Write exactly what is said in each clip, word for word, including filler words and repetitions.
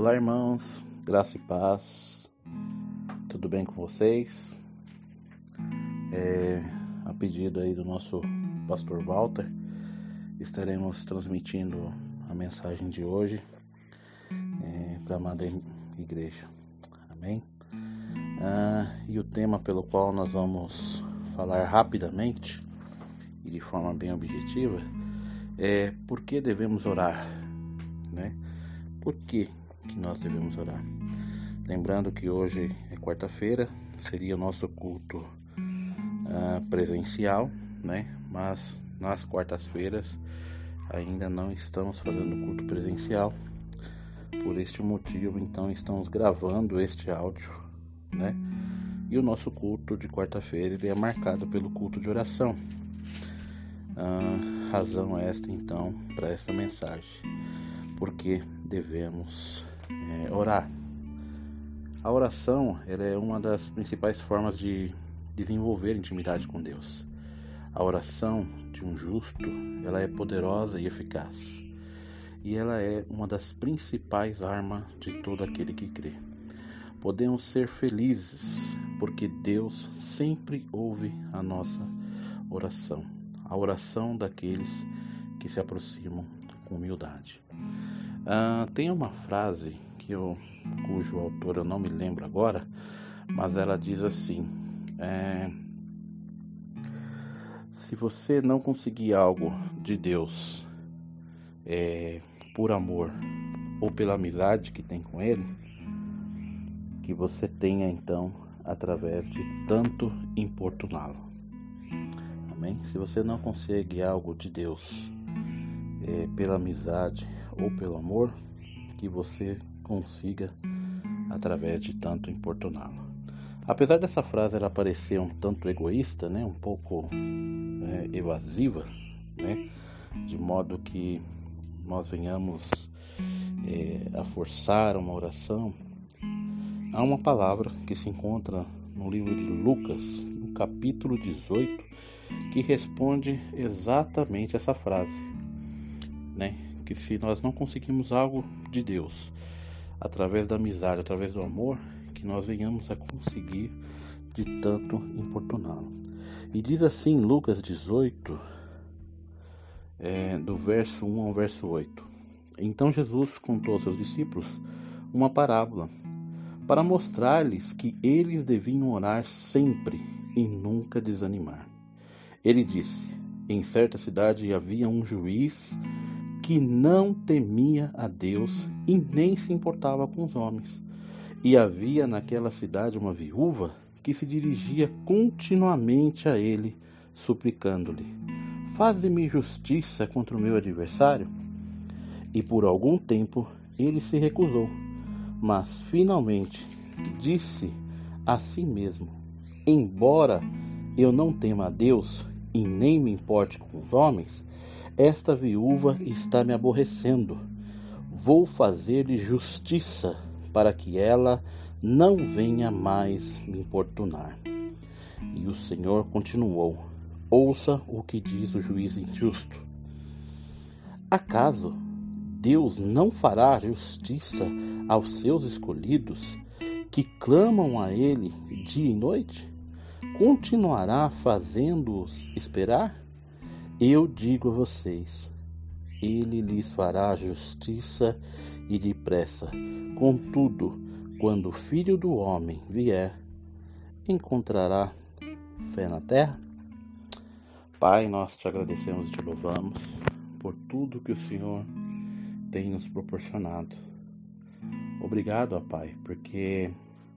Olá, irmãos, graça e paz, tudo bem com vocês? É, a pedido aí do nosso pastor Walter, estaremos transmitindo a mensagem de hoje é, para a amada igreja, amém? Ah, e o tema pelo qual nós vamos falar rapidamente e de forma bem objetiva é por que devemos orar, né? Por que que nós devemos orar? Lembrando que hoje é quarta-feira, seria o nosso culto uh, presencial, né? Mas nas quartas-feiras ainda não estamos fazendo culto presencial. Por este motivo, então, estamos gravando este áudio, né? E o nosso culto de quarta-feira ele é marcado pelo culto de oração. Uh, razão esta, então, para essa mensagem. Porque devemos é, orar. A oração ela é uma das principais formas de desenvolver intimidade com Deus. A oração de um justo ela é poderosa e eficaz. E ela é uma das principais armas de todo aquele que crê. Podemos ser felizes porque Deus sempre ouve a nossa oração. A oração daqueles que se aproximam com humildade. Uh, tem uma frase que eu, cujo autor eu não me lembro agora, mas ela diz assim: é, se você não conseguir algo de Deus é, por amor ou pela amizade que tem com Ele, que você tenha então através de tanto importuná-lo. Amém? Se você não consegue algo de Deus é, pela amizade ou pelo amor, que você consiga através de tanto importuná-lo. Apesar dessa frase ela parecer um tanto egoísta, né, um pouco é, evasiva, né, de modo que nós venhamos é, a forçar uma oração, há uma palavra que se encontra no livro de Lucas, no capítulo dezoito, que responde exatamente essa frase, né? Que se nós não conseguimos algo de Deus através da amizade, através do amor, que nós venhamos a conseguir de tanto importuná-lo. E diz assim Lucas dezoito, é, do verso um ao verso oito: Então Jesus contou aos seus discípulos uma parábola para mostrar-lhes que eles deviam orar sempre e nunca desanimar. Ele disse: Em certa cidade havia um juiz que não temia a Deus e nem se importava com os homens. E havia naquela cidade uma viúva que se dirigia continuamente a ele, suplicando-lhe: Faze-me justiça contra o meu adversário. E por algum tempo ele se recusou, mas finalmente disse a si mesmo: Embora eu não tema a Deus e nem me importe com os homens, esta viúva está me aborrecendo. Vou fazer-lhe justiça para que ela não venha mais me importunar. E o Senhor continuou: Ouça o que diz o juiz injusto. Acaso Deus não fará justiça aos seus escolhidos, que clamam a Ele dia e noite? Continuará fazendo-os esperar? Eu digo a vocês, Ele lhes fará justiça e depressa. Contudo, quando o Filho do Homem vier, encontrará fé na terra? Pai, nós te agradecemos e te louvamos por tudo que o Senhor tem nos proporcionado. Obrigado, ó Pai, porque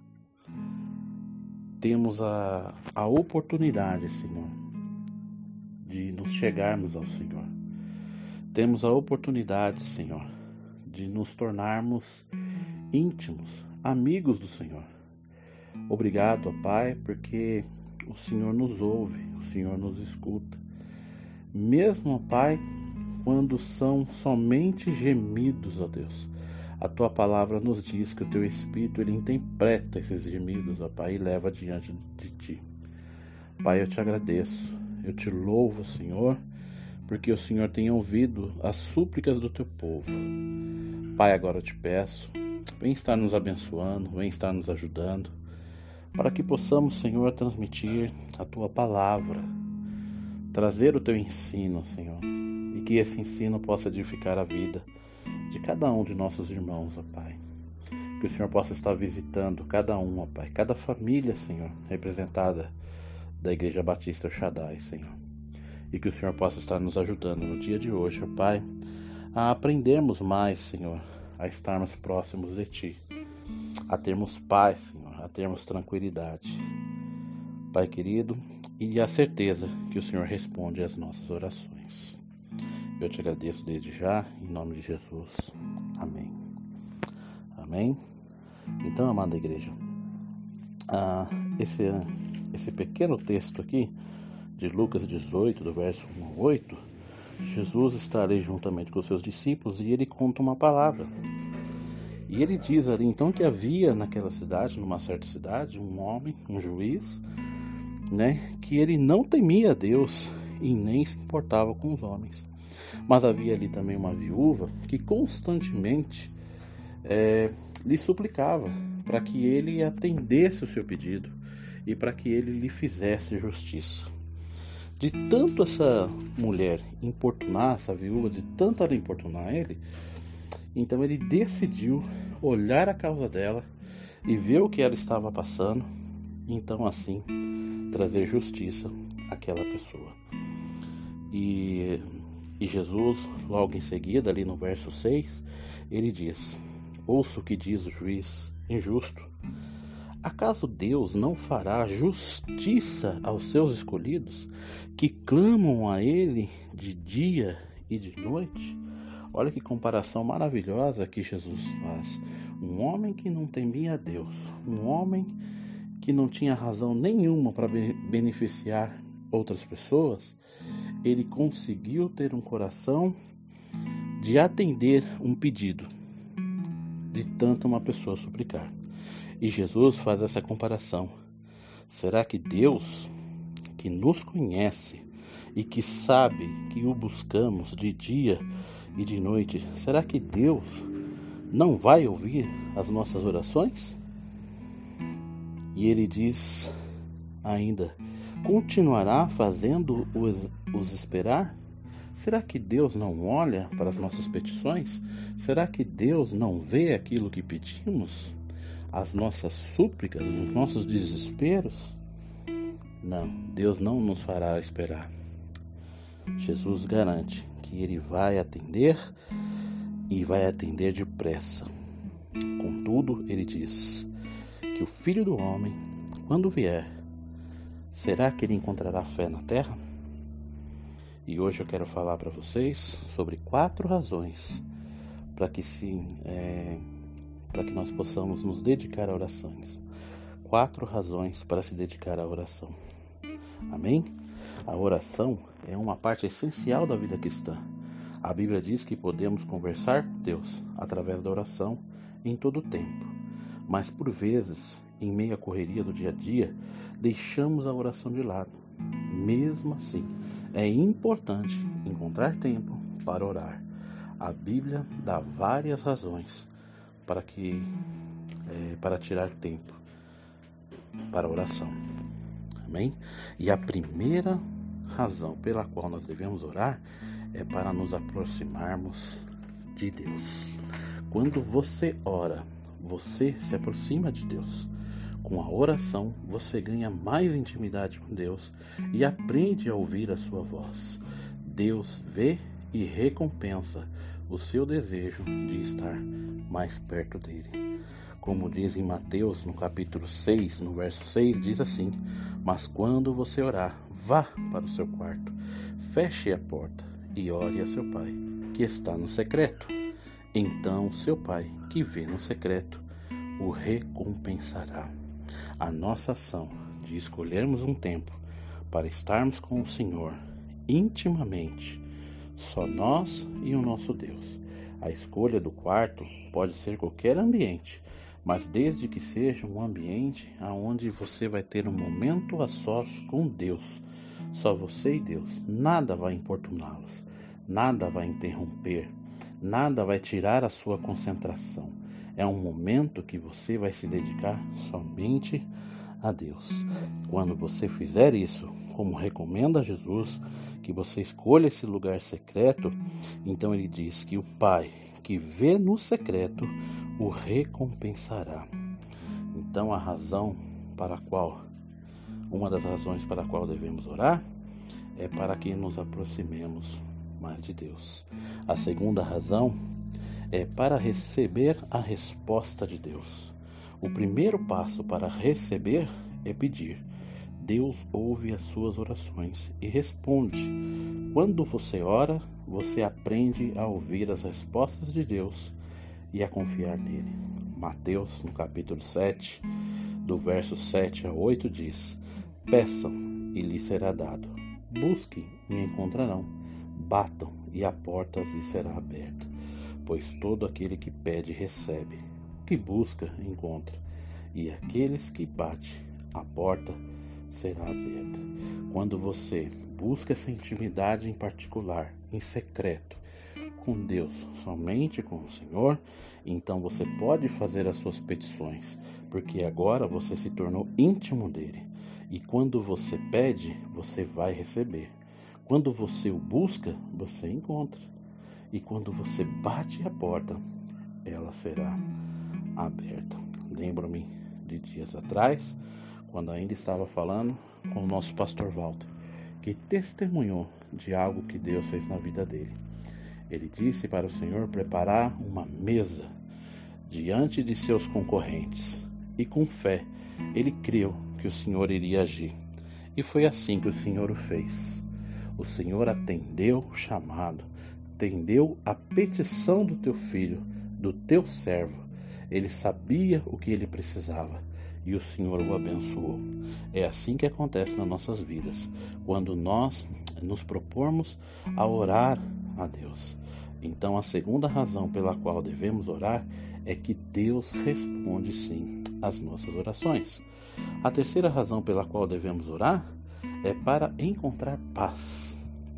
temos a, a oportunidade, Senhor, de nos chegarmos ao Senhor. Temos a oportunidade, Senhor, de nos tornarmos íntimos, amigos do Senhor. Obrigado, ó Pai, porque o Senhor nos ouve, o Senhor nos escuta. Mesmo, ó Pai, quando são somente gemidos, ó Deus, a Tua palavra nos diz que o Teu Espírito ele interpreta esses gemidos, ó Pai, e leva diante de Ti. Pai, eu te agradeço. Eu te louvo, Senhor, porque o Senhor tem ouvido as súplicas do teu povo. Pai, agora eu te peço vem estar nos abençoando, vem estar nos ajudando, para que possamos, Senhor, transmitir a Tua palavra, trazer o Teu ensino, Senhor, e que esse ensino possa edificar a vida de cada um de nossos irmãos, ó Pai. Que o Senhor possa estar visitando cada um, ó Pai, cada família, Senhor, representada da Igreja Batista El Shaddai, Senhor. E que o Senhor possa estar nos ajudando no dia de hoje, ó Pai, a aprendermos mais, Senhor, a estarmos próximos de Ti, a termos paz, Senhor, a termos tranquilidade, Pai querido, e a certeza que o Senhor responde às nossas orações. Eu te agradeço desde já, em nome de Jesus. Amém. Amém. Então, amada igreja, ah, esse, esse pequeno texto aqui, de Lucas dezoito, do verso um ao oito, Jesus está ali juntamente com os seus discípulos e ele conta uma palavra. E ele diz ali então que havia naquela cidade, numa certa cidade, um homem, um juiz, né, que ele não temia a Deus e nem se importava com os homens. Mas havia ali também uma viúva que constantemente é, lhe suplicava para que ele atendesse o seu pedido e para que ele lhe fizesse justiça. De tanto essa mulher importunar, essa viúva, de tanto ela importunar ele, então ele decidiu olhar a causa dela e ver o que ela estava passando, então assim trazer justiça àquela pessoa. E, e Jesus, logo em seguida, ali no verso seis, ele diz: ouça o que diz o juiz injusto. Acaso Deus não fará justiça aos seus escolhidos, que clamam a Ele de dia e de noite? Olha que comparação maravilhosa que Jesus faz. Um homem que não temia a Deus, um homem que não tinha razão nenhuma para beneficiar outras pessoas, ele conseguiu ter um coração de atender um pedido, de tanto uma pessoa suplicar. E Jesus faz essa comparação. Será que Deus, que nos conhece e que sabe que o buscamos de dia e de noite, será que Deus não vai ouvir as nossas orações? E ele diz ainda: continuará fazendo os, os esperar? Será que Deus não olha para as nossas petições? Será que Deus não vê aquilo que pedimos? As nossas súplicas, os nossos desesperos? Não, Deus não nos fará esperar. Jesus garante que Ele vai atender e vai atender depressa. Contudo, Ele diz que o Filho do Homem, quando vier, será que Ele encontrará fé na terra? E hoje eu quero falar para vocês sobre quatro razões para que sim, é, para que nós possamos nos dedicar a orações. Quatro razões para se dedicar à oração. Amém? A oração é uma parte essencial da vida cristã. A Bíblia diz que podemos conversar com Deus através da oração em todo o tempo. Mas por vezes, em meio à correria do dia a dia, deixamos a oração de lado. Mesmo assim, é importante encontrar tempo para orar. A Bíblia dá várias razões para que é, para tirar tempo para a oração. Amém? E a primeira razão pela qual nós devemos orar é para nos aproximarmos de Deus. Quando você ora, você se aproxima de Deus. Com a oração, você ganha mais intimidade com Deus e aprende a ouvir a sua voz. Deus vê e recompensa o seu desejo de estar mais perto dele. Como diz em Mateus, no capítulo seis, no verso seis, diz assim: mas quando você orar, vá para o seu quarto, feche a porta e ore a seu pai, que está no secreto. Então seu pai, que vê no secreto, o recompensará. A nossa ação de escolhermos um tempo para estarmos com o Senhor intimamente, só nós e o nosso Deus. A escolha do quarto pode ser qualquer ambiente, mas desde que seja um ambiente onde você vai ter um momento a sós com Deus, só você e Deus, nada vai importuná-los, nada vai interromper, nada vai tirar a sua concentração. É um momento que você vai se dedicar somente a Deus. Quando você fizer isso, como recomenda Jesus, que você escolha esse lugar secreto, então ele diz que o Pai que vê no secreto o recompensará. Então a razão para a qual, uma das razões para a qual devemos orar é para que nos aproximemos mais de Deus. A segunda razão é para receber a resposta de Deus. O primeiro passo para receber é pedir. Deus ouve as suas orações e responde. Quando você ora, você aprende a ouvir as respostas de Deus e a confiar nele. Mateus, no capítulo sete, do verso sete a oito, diz: Peçam e lhes será dado. Busquem e encontrarão. Batam e a porta lhes será aberta. Pois todo aquele que pede, recebe. O que busca, encontra. E aqueles que batem, a porta será aberta. Quando você busca essa intimidade em particular, em secreto, com Deus, somente com o Senhor, então você pode fazer as suas petições, porque agora você se tornou íntimo dele. E quando você pede, você vai receber. Quando você o busca, você encontra. E quando você bate a porta, ela será aberta. Lembro-me de dias atrás, quando ainda estava falando com o nosso pastor Walter, que testemunhou de algo que Deus fez na vida dele. Ele disse para o Senhor preparar uma mesa diante de seus concorrentes. E com fé, ele creu que o Senhor iria agir. E foi assim que o Senhor o fez. O Senhor atendeu o chamado, atendeu a petição do teu filho, do teu servo. Ele sabia o que ele precisava e o Senhor o abençoou. É assim que acontece nas nossas vidas, quando nós nos propormos a orar a Deus. Então a segunda razão pela qual devemos orar é que Deus responde sim às nossas orações. A terceira razão pela qual devemos orar é para encontrar paz.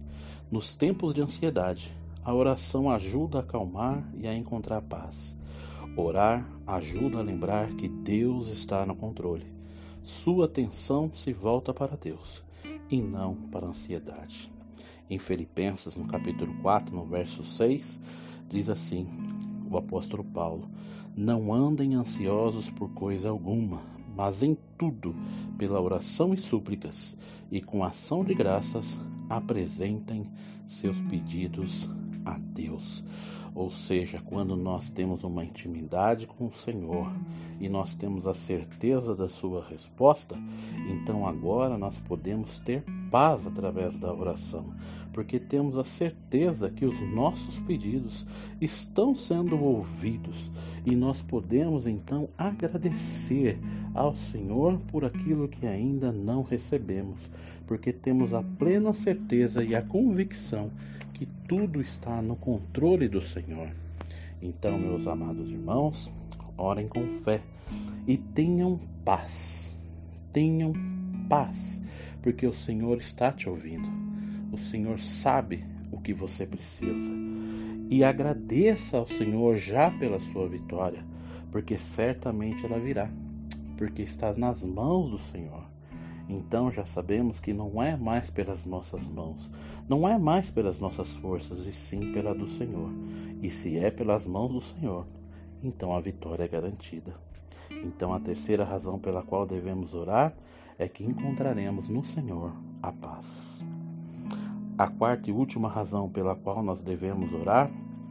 Nos tempos de ansiedade, a oração ajuda a acalmar e a encontrar paz. Orar ajuda a lembrar que Deus está no controle. Sua atenção se volta para Deus e não para a ansiedade. Em Filipenses, no capítulo quatro, no verso seis, diz assim o apóstolo Paulo: Não andem ansiosos por coisa alguma, mas em tudo, pela oração e súplicas, e com ação de graças, apresentem seus pedidos a Deus. Ou seja, quando nós temos uma intimidade com o Senhor e nós temos a certeza da sua resposta, então agora nós podemos ter paz através da oração, porque temos a certeza que os nossos pedidos estão sendo ouvidos e nós podemos então agradecer ao Senhor por aquilo que ainda não recebemos, porque temos a plena certeza e a convicção que tudo está no controle do Senhor. Então, meus amados irmãos, orem com fé e tenham paz. Tenham paz, porque o Senhor está te ouvindo. O Senhor sabe o que você precisa. E agradeça ao Senhor já pela sua vitória, porque certamente ela virá, porque está nas mãos do Senhor. Então já sabemos que não é mais pelas nossas mãos, não é mais pelas nossas forças, e sim pela do Senhor. E se é pelas mãos do Senhor, então a vitória é garantida. Então a terceira razão pela qual devemos orar é que encontraremos no Senhor a paz. A quarta e última razão pela qual nós devemos orar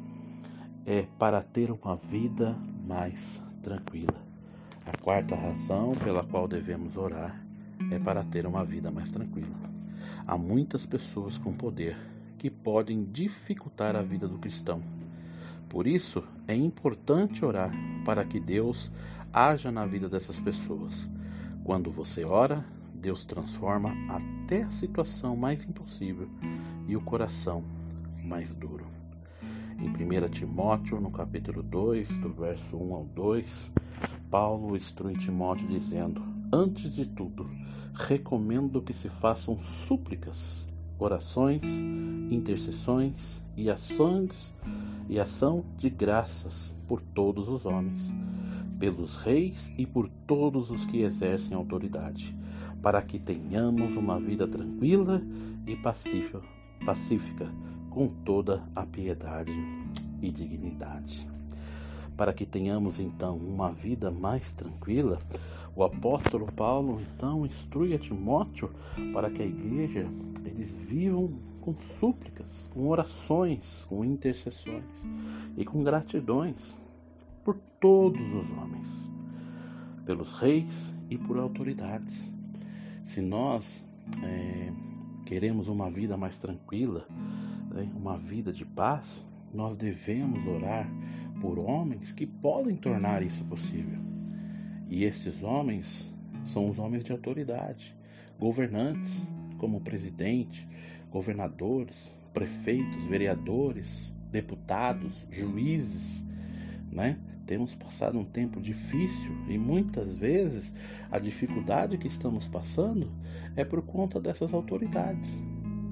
é para ter uma vida mais tranquila. A quarta razão pela qual devemos orar é para ter uma vida mais tranquila. Há muitas pessoas com poder que podem dificultar a vida do cristão. Por isso, é importante orar para que Deus haja na vida dessas pessoas. Quando você ora, Deus transforma até a situação mais impossível e o coração mais duro. Em primeiro Timóteo, no capítulo dois, do verso um ao dois, Paulo instrui Timóteo dizendo: Antes de tudo, recomendo que se façam súplicas, orações, intercessões e ações e ação de graças por todos os homens, pelos reis e por todos os que exercem autoridade, para que tenhamos uma vida tranquila e pacífica, pacífica, com toda a piedade e dignidade. Para que tenhamos então uma vida mais tranquila, o apóstolo Paulo então instrui a Timóteo para que a igreja eles vivam com súplicas, com orações, com intercessões e com gratidões por todos os homens, pelos reis e por autoridades. Se nós é, queremos uma vida mais tranquila, né, uma vida de paz, nós devemos orar por homens que podem tornar isso possível. E estes homens são os homens de autoridade, governantes, como o presidente, governadores, prefeitos, vereadores, deputados, juízes, né? Temos passado um tempo difícil e muitas vezes a dificuldade que estamos passando é por conta dessas autoridades.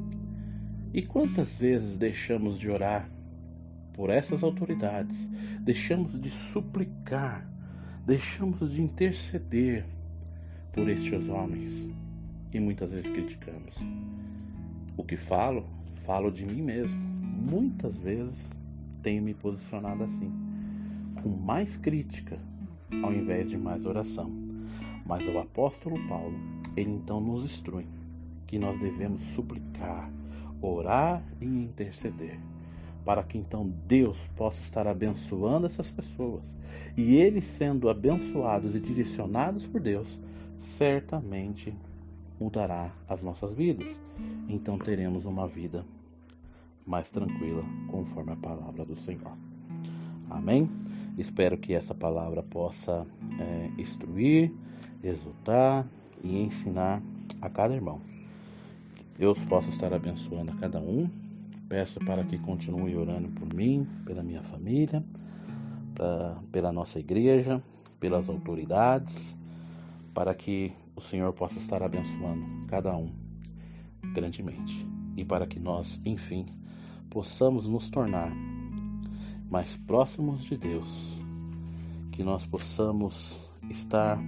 E quantas vezes deixamos de orar por essas autoridades, deixamos de suplicar, deixamos de interceder por estes homens e muitas vezes criticamos. O que falo, falo de mim mesmo. Muitas vezes tenho me posicionado assim, com mais crítica ao invés de mais oração. Mas o apóstolo Paulo, ele então nos instrui que nós devemos suplicar, orar e interceder, para que então Deus possa estar abençoando essas pessoas. E eles sendo abençoados e direcionados por Deus, certamente mudará as nossas vidas. Então teremos uma vida mais tranquila, conforme a palavra do Senhor. Amém? Espero que essa palavra possa é, instruir, exortar e ensinar a cada irmão. Que Deus possa estar abençoando a cada um. Peço para que continue orando por mim, pela minha família, pra, pela nossa igreja, pelas autoridades, para que o Senhor possa estar abençoando cada um grandemente. E para que nós, enfim, possamos nos tornar mais próximos de Deus, que nós possamos estar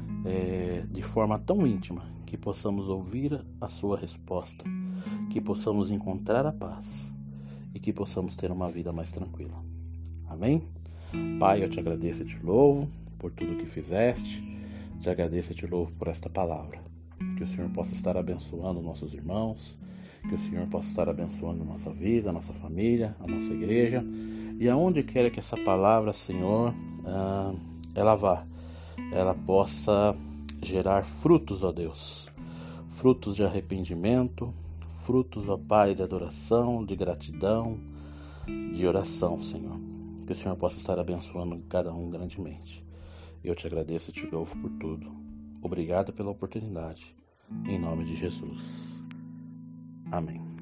é, de forma tão íntima, que possamos ouvir a sua resposta, que possamos encontrar a paz e que possamos ter uma vida mais tranquila. Amém? Pai, eu te agradeço e te louvo por tudo que fizeste, te agradeço e te louvo por esta palavra. Que o Senhor possa estar abençoando nossos irmãos, que o Senhor possa estar abençoando a nossa vida, a nossa família, a nossa igreja, e aonde quer que essa palavra, Senhor, ela vá, ela possa gerar frutos, ó Deus, frutos de arrependimento, frutos, ó Pai, de adoração, de gratidão, de oração, Senhor. Que o Senhor possa estar abençoando cada um grandemente. Eu te agradeço e te louvo por tudo. Obrigado pela oportunidade. Em nome de Jesus. Amém.